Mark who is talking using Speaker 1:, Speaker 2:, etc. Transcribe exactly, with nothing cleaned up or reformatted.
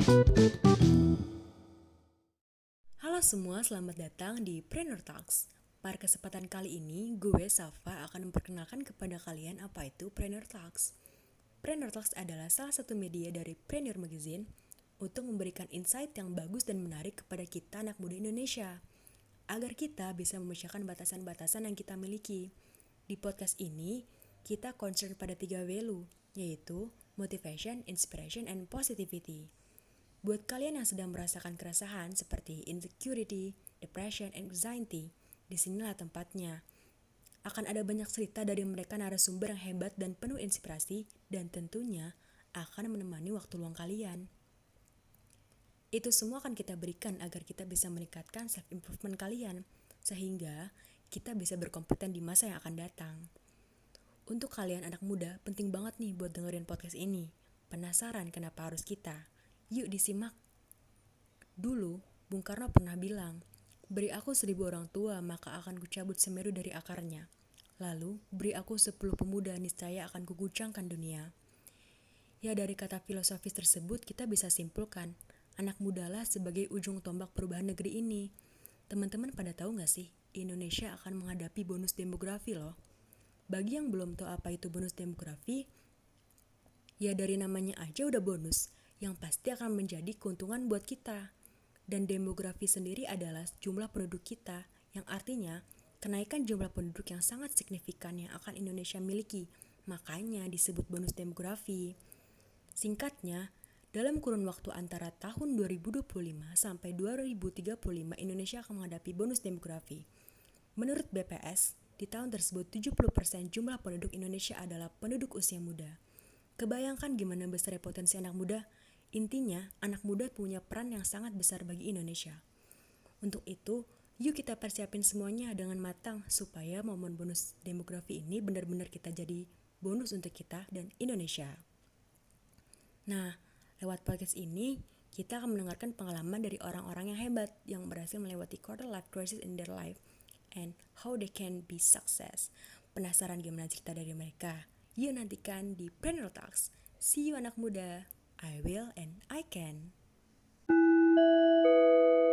Speaker 1: Halo semua, selamat datang di Preneur Talks. Pada kesempatan kali ini, gue, Safa, akan memperkenalkan kepada kalian apa itu Preneur Talks. Preneur Talks adalah salah satu media dari Preneur Magazine untuk memberikan insight yang bagus dan menarik kepada kita anak muda Indonesia, agar kita bisa memecahkan batasan-batasan yang kita miliki. Di podcast ini, kita concern pada tiga value, yaitu motivation, inspiration, and positivity. Buat kalian yang sedang merasakan keresahan seperti insecurity, depression, anxiety, disinilah tempatnya. Akan ada banyak cerita dari mereka narasumber yang hebat dan penuh inspirasi, dan tentunya akan menemani waktu luang kalian. Itu semua akan kita berikan agar kita bisa meningkatkan self-improvement kalian, sehingga kita bisa berkompeten di masa yang akan datang. Untuk kalian anak muda, penting banget nih buat dengerin podcast ini. Penasaran kenapa harus kita? Yuk disimak. Dulu, Bung Karno pernah bilang, beri aku seribu orang tua, maka akan kucabut Semeru dari akarnya. Lalu, beri aku sepuluh pemuda, niscaya akan kuguncangkan dunia. Ya, dari kata filosofis tersebut, kita bisa simpulkan, anak mudalah sebagai ujung tombak perubahan negeri ini. Teman-teman pada tahu gak sih, Indonesia akan menghadapi bonus demografi loh. Bagi yang belum tahu apa itu bonus demografi, ya dari namanya aja udah bonus, yang pasti akan menjadi keuntungan buat kita. Dan demografi sendiri adalah jumlah penduduk kita, yang artinya kenaikan jumlah penduduk yang sangat signifikan yang akan Indonesia miliki, makanya disebut bonus demografi. Singkatnya, dalam kurun waktu antara tahun dua ribu dua puluh lima sampai dua ribu tiga puluh lima, Indonesia akan menghadapi bonus demografi. Menurut B P S, di tahun tersebut tujuh puluh persen jumlah penduduk Indonesia adalah penduduk usia muda. Kebayangkan gimana besar potensi anak muda? Intinya, anak muda punya peran yang sangat besar bagi Indonesia. Untuk itu, yuk kita persiapin semuanya dengan matang supaya momen bonus demografi ini benar-benar kita jadi bonus untuk kita dan Indonesia. Nah, lewat podcast ini, kita akan mendengarkan pengalaman dari orang-orang yang hebat yang berhasil melewati quarter life crisis in their life and how they can be success. Penasaran gimana cerita dari mereka? Yuk nantikan di Preneur Talks. See you anak muda. I will and I can.